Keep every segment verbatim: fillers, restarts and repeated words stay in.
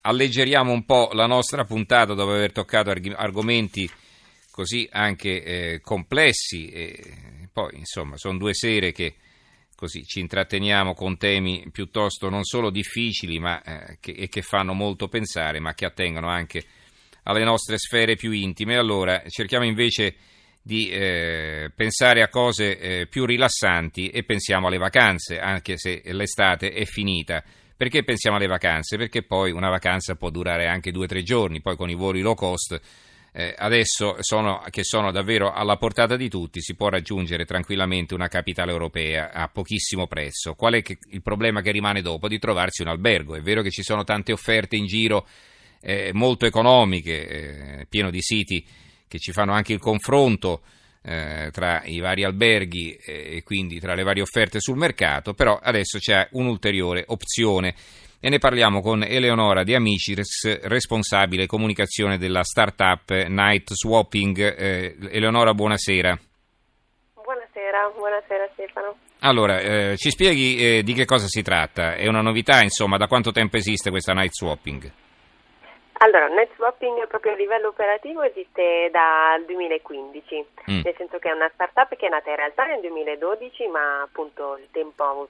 Alleggeriamo un po' la nostra puntata dopo aver toccato arg- argomenti così anche eh, complessi e poi insomma sono due sere che così ci intratteniamo con temi piuttosto non solo difficili ma eh, che, e che fanno molto pensare, ma che attengono anche alle nostre sfere più intime. Allora cerchiamo invece di eh, pensare a cose eh, più rilassanti e pensiamo alle vacanze, anche se l'estate è finita. Perché pensiamo alle vacanze? Perché poi una vacanza può durare anche due o tre giorni, poi con i voli low cost eh, adesso sono, che sono davvero alla portata di tutti, si può raggiungere tranquillamente una capitale europea a pochissimo prezzo. Qual è che, il problema che rimane dopo? Di trovarsi un albergo. È vero che ci sono tante offerte in giro eh, molto economiche, eh, pieno di siti che ci fanno anche il confronto Eh, tra i vari alberghi eh, e quindi tra le varie offerte sul mercato, però adesso c'è un'ulteriore opzione e ne parliamo con Eleonora De Amicis, responsabile comunicazione della startup Night Swapping. Eh, Eleonora, buonasera. Buonasera, buonasera Stefano. Allora, eh, ci spieghi eh, di che cosa si tratta? È una novità, insomma, da quanto tempo esiste questa Night Swapping? Allora, Night Swapping proprio a livello operativo esiste dal duemilaquindici, mm. nel senso che è una startup che è nata in realtà nel duemiladodici, ma appunto il tempo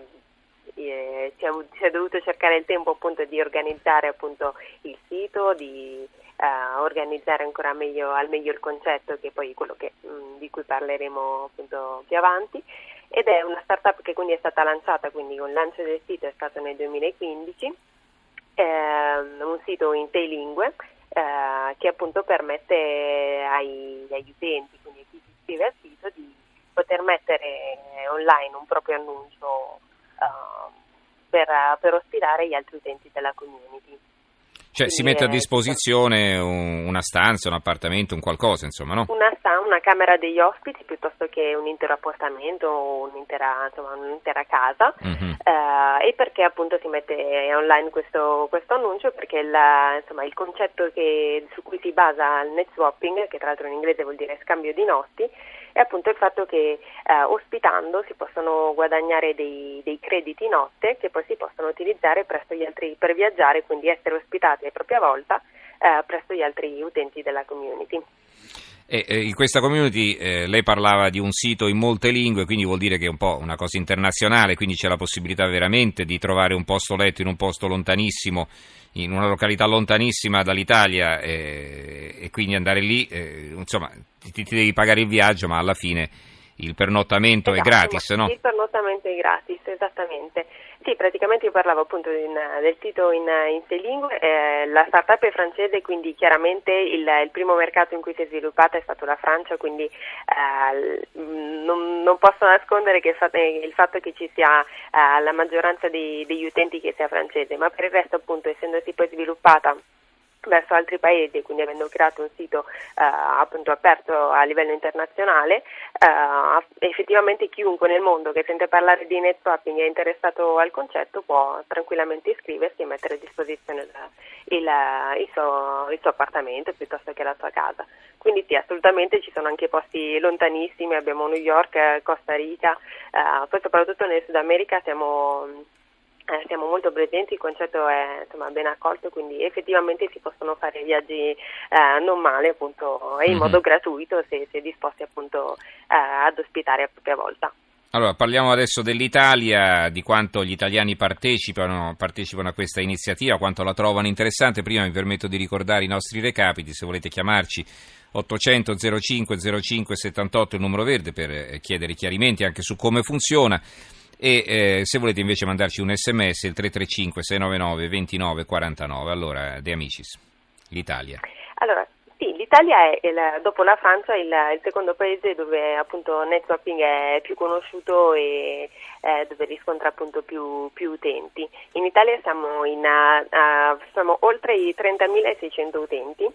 eh, si, è, si è dovuto cercare il tempo appunto di organizzare appunto il sito, di eh, organizzare ancora meglio al meglio il concetto, che è poi quello che, mh, di cui parleremo appunto più avanti. Ed è una startup che quindi è stata lanciata, quindi il lancio del sito è stato nel duemilaquindici. Eh, un sito in sei lingue eh, che appunto permette ai, agli utenti, quindi a chi si iscrive al sito, di poter mettere online un proprio annuncio eh, per, per ospitare gli altri utenti della community. Cioè si mette a disposizione un, una stanza, un appartamento, un qualcosa, insomma, no? Una stanza, una camera degli ospiti piuttosto che un intero appartamento o un'intera, insomma, un'intera casa. Mm-hmm. eh, e perché appunto si mette online questo, questo annuncio? Perché il, insomma, il concetto che, su cui si basa il net swapping, che tra l'altro in inglese vuol dire scambio di notti, è appunto il fatto che eh, ospitando si possono guadagnare dei, dei crediti notte che poi si possono utilizzare presso gli altri per viaggiare, quindi essere ospitati a propria volta eh, presso gli altri utenti della community. E, eh, in questa community eh, lei parlava di un sito in molte lingue, quindi vuol dire che è un po' una cosa internazionale, quindi c'è la possibilità veramente di trovare un posto letto in un posto lontanissimo, in una località lontanissima dall'Italia eh, e quindi andare lì, eh, insomma ti, ti devi pagare il viaggio, ma alla fine il pernottamento esatto, è gratis, no? Il pernottamento è gratis, esattamente. Sì, praticamente io parlavo appunto in, del sito in, in sei lingue, eh, la startup è francese, quindi chiaramente il, il primo mercato in cui si è sviluppata è stato la Francia, quindi eh, non, non posso nascondere che il fatto, il fatto che ci sia eh, la maggioranza dei, degli utenti che sia francese, ma per il resto appunto essendosi poi sviluppata verso altri paesi, quindi avendo creato un sito eh, appunto aperto a livello internazionale, eh, effettivamente chiunque nel mondo che sente parlare di net swapping e è interessato al concetto può tranquillamente iscriversi e mettere a disposizione il, il, il, suo, il suo appartamento piuttosto che la sua casa. Quindi sì, assolutamente ci sono anche posti lontanissimi, abbiamo New York, Costa Rica, eh, poi soprattutto nel Sud America siamo Eh, siamo molto presenti, il concetto è insomma ben accolto, quindi effettivamente si possono fare viaggi eh, non male appunto e in mm-hmm. modo gratuito se si è disposti appunto eh, ad ospitare a propria volta. Allora parliamo adesso dell'Italia, di quanto gli italiani partecipano, partecipano a questa iniziativa, quanto la trovano interessante. Prima mi permetto di ricordare i nostri recapiti, se volete chiamarci ottocento zero cinque zero cinque settantotto il numero verde per chiedere chiarimenti anche su come funziona. E eh, se volete invece mandarci un sms il tre tre cinque sei nove nove due nove quattro nove. Allora, De Amicis, l'Italia. Allora, sì, l'Italia è il, dopo la Francia il, il secondo paese dove appunto net swapping è più conosciuto e eh, dove riscontra appunto più, più utenti. In Italia siamo, in, uh, siamo oltre i trentamilaseicento utenti.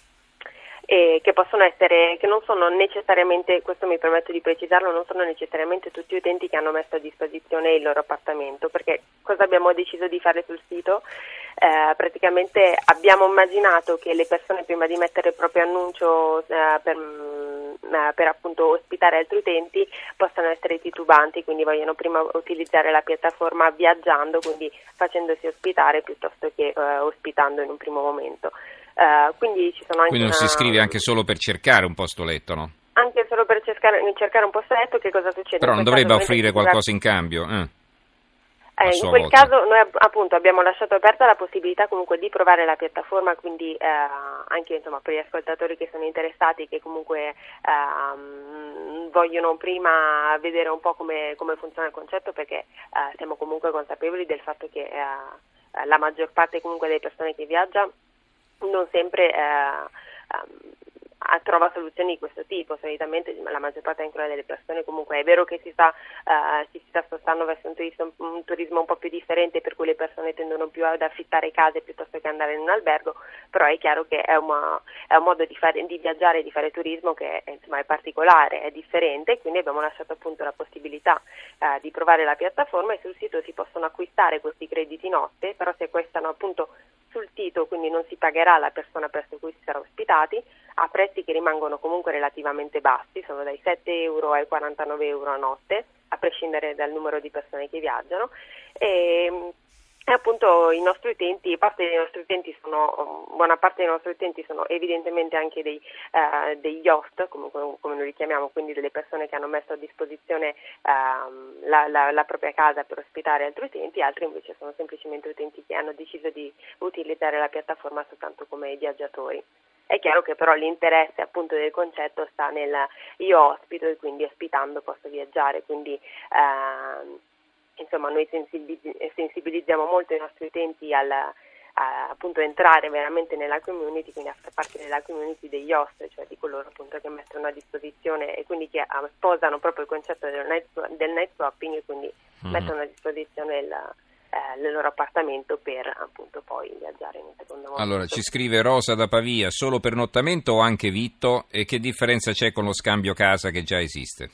E che possono essere, che non sono necessariamente, questo mi permetto di precisarlo, non sono necessariamente tutti utenti che hanno messo a disposizione il loro appartamento, perché cosa abbiamo deciso di fare sul sito? Eh, praticamente abbiamo immaginato che le persone prima di mettere il proprio annuncio eh, per, per appunto ospitare altri utenti possano essere titubanti, quindi vogliono prima utilizzare la piattaforma viaggiando, quindi facendosi ospitare piuttosto che uh, ospitando in un primo momento. Uh, quindi ci sono anche quindi non una... si iscrive anche solo per cercare un posto letto, no? Anche solo per cercare, cercare un posto letto, che cosa succede? Però non dovrebbe caso, offrire qualcosa in cambio? Eh. Eh, in quel volta. caso noi appunto abbiamo lasciato aperta la possibilità comunque di provare la piattaforma, quindi eh, anche insomma per gli ascoltatori che sono interessati, che comunque eh, vogliono prima vedere un po' come, come funziona il concetto, perché eh, siamo comunque consapevoli del fatto che eh, la maggior parte comunque delle persone che viaggia non sempre eh, um, trova soluzioni di questo tipo. Solitamente la maggior parte anche delle persone, comunque è vero che si sta, uh, si sta spostando verso un turismo, un turismo un po' più differente, per cui le persone tendono più ad affittare case piuttosto che andare in un albergo, però è chiaro che è, una, è un modo di, fare, di viaggiare, di fare turismo che è, insomma, è particolare, è differente, quindi abbiamo lasciato appunto la possibilità uh, di provare la piattaforma, e sul sito si possono acquistare questi crediti notte, però si acquistano appunto sul sito, quindi non si pagherà la persona presso cui si sarà ospitati, a prezzi che rimangono comunque relativamente bassi, sono dai sette euro ai quarantanove euro a notte, a prescindere dal numero di persone che viaggiano. E, e appunto i nostri utenti, parte dei nostri utenti sono, buona parte dei nostri utenti sono evidentemente anche dei, uh, degli host, come, come noi li chiamiamo, quindi delle persone che hanno messo a disposizione uh, la, la, la propria casa per ospitare altri utenti, altri invece sono semplicemente utenti che hanno deciso di utilizzare la piattaforma soltanto come viaggiatori. È chiaro che però l'interesse appunto del concetto sta nel io ospito e quindi ospitando posso viaggiare, quindi eh, insomma noi sensibilizziamo molto i nostri utenti al a, appunto entrare veramente nella community, quindi a far parte della community degli host, cioè di coloro appunto che mettono a disposizione e quindi che uh, sposano proprio il concetto del night, del night swapping, e quindi mm-hmm. mettono a disposizione il Eh, il loro appartamento per appunto poi viaggiare in un secondo momento. Allora, ci scrive Rosa da Pavia: solo pernottamento o anche vitto? E che differenza c'è con lo scambio casa che già esiste?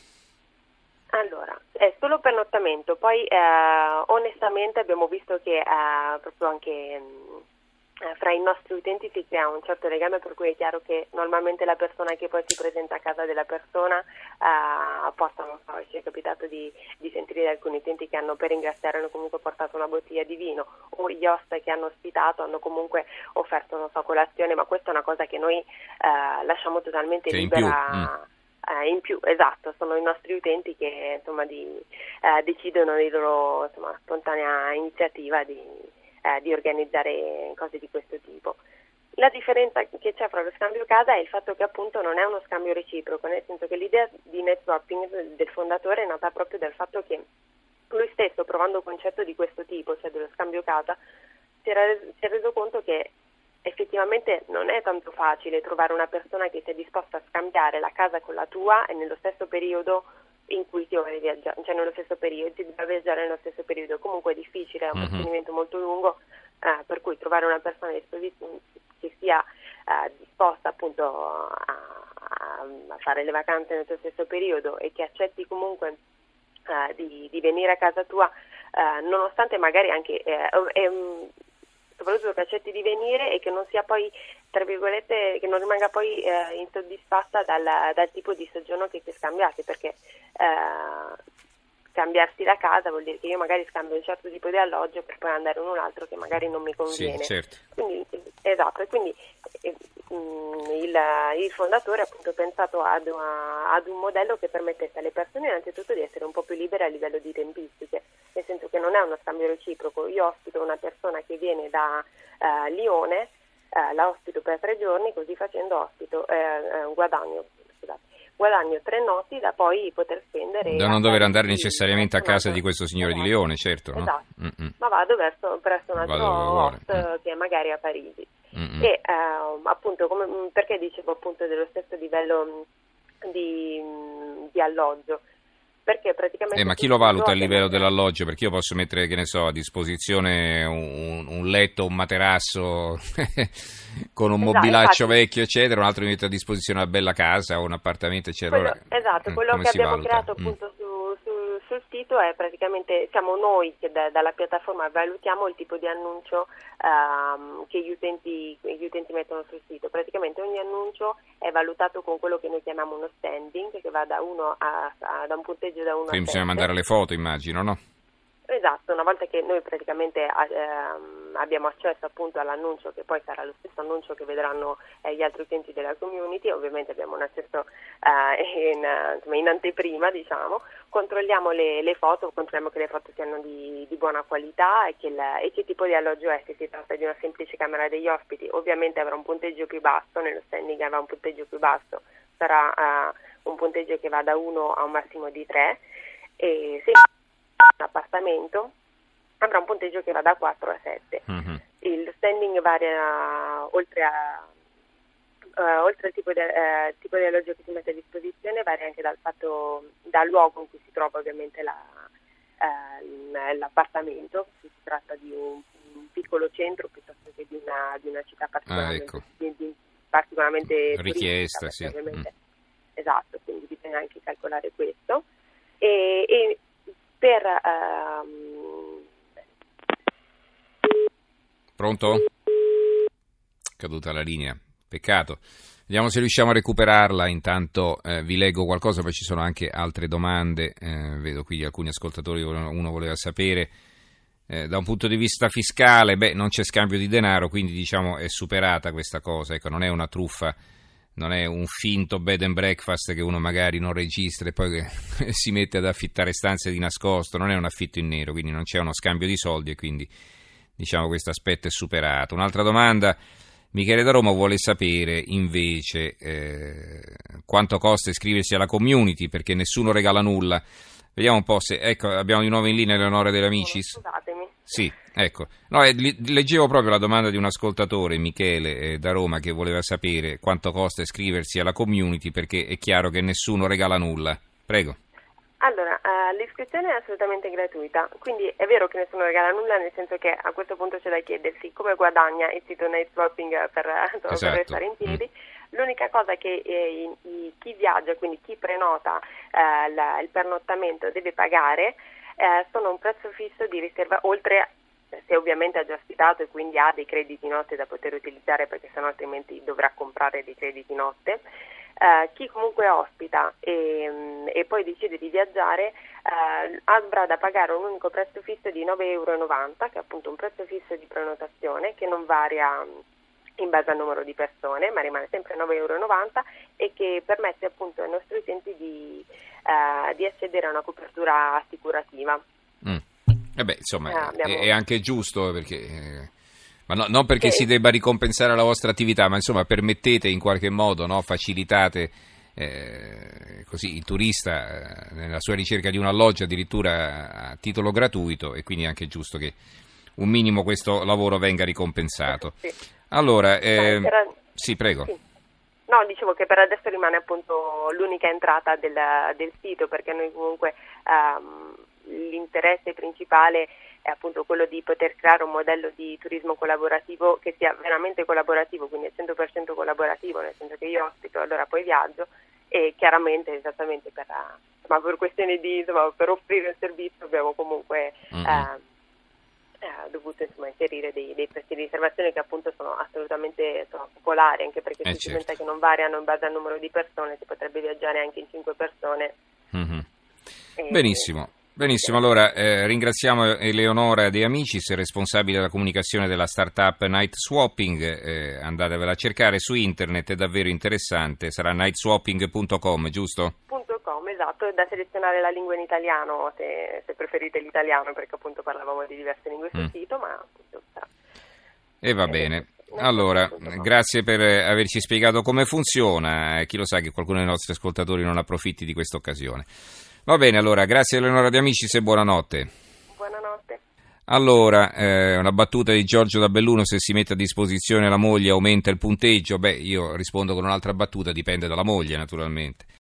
Allora, è solo pernottamento, poi eh, onestamente abbiamo visto che eh, proprio anche mh, fra i nostri utenti si crea un certo legame, per cui è chiaro che normalmente la persona che poi si presenta a casa della persona eh, porta, non so, ci è capitato di, di sentire da alcuni utenti che hanno, per ringraziare, hanno comunque portato una bottiglia di vino, o gli host che hanno ospitato hanno comunque offerto, non so, colazione, ma questa è una cosa che noi eh, lasciamo totalmente che libera. Eh, in più, esatto, sono i nostri utenti che insomma di, eh, decidono di loro insomma, spontanea iniziativa di, eh, di organizzare cose di questo tipo. La differenza che c'è fra lo scambio casa è il fatto che appunto non è uno scambio reciproco, nel senso che l'idea di net swapping del fondatore è nata proprio dal fatto che lui stesso, provando un concetto di questo tipo, cioè dello scambio casa, si era, si è reso conto che effettivamente non è tanto facile trovare una persona che sia disposta a scambiare la casa con la tua e nello stesso periodo in cui ti vuole viaggiare, cioè nello stesso periodo, ti deve viaggiare nello stesso periodo. Comunque è difficile, è un procedimento mm-hmm. molto lungo, eh, per cui trovare una persona che sia eh, disposta appunto a, a fare le vacanze nel tuo stesso periodo e che accetti comunque eh, di, di venire a casa tua, eh, nonostante magari anche eh, è, soprattutto che accetti di venire e che non sia poi, tra virgolette, che non rimanga poi eh, insoddisfatta dal, dal tipo di soggiorno che si è scambiati, perché eh, scambiarsi la casa vuol dire che io magari scambio un certo tipo di alloggio per poi andare in un altro che magari non mi conviene. Sì, certo. Quindi, esatto, e quindi eh, il, il fondatore ha appunto pensato ad, una, ad un modello che permettesse alle persone innanzitutto di essere un po' più libere a livello di tempistiche, nel senso che non è uno scambio reciproco. Io ospito una persona che viene da uh, Lione, uh, la ospito per tre giorni, così facendo ospito uh, uh, guadagno scusate, guadagno tre notti da poi poter spendere, da non dover andare necessariamente a casa di questo signore esatto. di Lione, certo, no? Esatto. Mm-mm. Ma vado verso presso un altro host mm. che è magari a Parigi. Mm-mm. E uh, appunto come, perché dicevo appunto dello stesso livello di, di alloggio? Perché praticamente eh, ma chi lo valuta il livello dell'alloggio? Perché io posso mettere, che ne so, a disposizione un, un letto, un materasso con un esatto, mobilaccio infatti, vecchio, eccetera, un altro mi mette a disposizione una bella casa o un appartamento, eccetera. Quello, Allora, esatto, quello che abbiamo valuta? creato appunto mm. su, su, su sul sito è praticamente, siamo noi che da, dalla piattaforma valutiamo il tipo di annuncio um, che gli utenti, gli utenti mettono sul sito. Praticamente ogni annuncio è valutato con quello che noi chiamiamo uno standing, che va da uno a, a da un punteggio da uno Quindi a bisogna sette. mandare le foto, immagino, no? Esatto, una volta che noi praticamente ehm, abbiamo accesso appunto all'annuncio, che poi sarà lo stesso annuncio che vedranno eh, gli altri utenti della community, ovviamente abbiamo un accesso eh, in, insomma, in anteprima, diciamo, controlliamo le, le foto, controlliamo che le foto siano di, di buona qualità e che, il, e che tipo di alloggio è, se si tratta di una semplice camera degli ospiti, ovviamente avrà un punteggio più basso, nello standing avrà un punteggio più basso, sarà eh, un punteggio che va da uno a un massimo di tre, e se un appartamento avrà un punteggio che va da quattro a sette. Mm-hmm. Il standing varia oltre a uh, oltre al tipo di, uh, tipo di alloggio che si mette a disposizione, varia anche dal fatto, dal luogo in cui si trova ovviamente la, uh, l'appartamento, se si tratta di un, un piccolo centro piuttosto che di una, di una città particolarmente, ah, ecco. di, di, particolarmente richiesta, sì. Ovviamente. Mm. Esatto, quindi bisogna anche calcolare questo. E, e per um... Pronto? Caduta la linea, peccato. Vediamo se riusciamo a recuperarla. Intanto eh, vi leggo qualcosa, poi ci sono anche altre domande. Eh, vedo qui alcuni ascoltatori, uno voleva sapere eh, da un punto di vista fiscale, beh, non c'è scambio di denaro, quindi diciamo è superata questa cosa, ecco, non è una truffa. Non è un finto bed and breakfast che uno magari non registra e poi si mette ad affittare stanze di nascosto, non è un affitto in nero, quindi non c'è uno scambio di soldi e quindi diciamo questo aspetto è superato. Un'altra domanda, Michele da Roma vuole sapere invece eh, quanto costa iscriversi alla community, perché nessuno regala nulla. Vediamo un po' se, ecco, abbiamo di nuovo in linea Eleonora De Amicis. Scusatemi. Sì, ecco. No, eh, leggevo proprio la domanda di un ascoltatore, Michele eh, da Roma, che voleva sapere quanto costa iscriversi alla community, perché è chiaro che nessuno regala nulla. Prego. Allora, uh, l'iscrizione è assolutamente gratuita, quindi è vero che nessuno regala nulla, nel senso che a questo punto c'è da chiedersi come guadagna il sito Night Swapping per, insomma, esatto. per restare in piedi. Mm. L'unica cosa che eh, i, i, chi viaggia, quindi chi prenota eh, la, il pernottamento deve pagare, eh, sono un prezzo fisso di riserva, oltre se ovviamente ha già ospitato e quindi ha dei crediti notte da poter utilizzare, perché sennò altrimenti dovrà comprare dei crediti notte. Uh, chi comunque ospita e, e poi decide di viaggiare uh, avrà da pagare un unico prezzo fisso di nove virgola novanta euro, che è appunto un prezzo fisso di prenotazione che non varia in base al numero di persone, ma rimane sempre nove virgola novanta euro e che permette appunto ai nostri utenti di, uh, di accedere a una copertura assicurativa. Mm. Eh beh, insomma, uh, abbiamo... è, è anche giusto perché... Eh... Ma no, non perché sì. si debba ricompensare la vostra attività, ma insomma permettete in qualche modo, no, facilitate eh, così il turista eh, nella sua ricerca di un alloggio addirittura a titolo gratuito, e quindi è anche giusto che un minimo questo lavoro venga ricompensato. Sì. Allora, eh, Dai, per... sì, prego. Sì. No, dicevo che per adesso rimane appunto l'unica entrata del, del sito, perché noi comunque um, l'interesse principale è appunto quello di poter creare un modello di turismo collaborativo che sia veramente collaborativo, quindi al cento per cento collaborativo, nel senso che io ospito, allora poi viaggio, e chiaramente esattamente per, insomma, per questioni di, insomma, per offrire il servizio abbiamo comunque mm-hmm. eh, eh, dovuto insomma, inserire dei, dei prezzi di riservazione che appunto sono assolutamente insomma, popolari, anche perché eh si certo. pensa che non variano in base al numero di persone, si potrebbe viaggiare anche in cinque persone. Mm-hmm. E, Benissimo. Benissimo, allora eh, ringraziamo Eleonora De Amicis, responsabile della comunicazione della startup Night Swapping, eh, andatevela a cercare su internet, è davvero interessante, sarà night swapping punto com, giusto? .com, esatto, è da selezionare la lingua in italiano se, se preferite l'italiano, perché appunto parlavamo di diverse lingue sul mm. sito, ma appunto sarà. E va bene. Allora, grazie per averci spiegato come funziona, chi lo sa che qualcuno dei nostri ascoltatori non approfitti di questa occasione. Va bene, allora, grazie Eleonora De Amicis e buonanotte. Buonanotte. Allora, eh, una battuta di Giorgio da Belluno: se si mette a disposizione la moglie aumenta il punteggio? Beh, io rispondo con un'altra battuta, dipende dalla moglie naturalmente.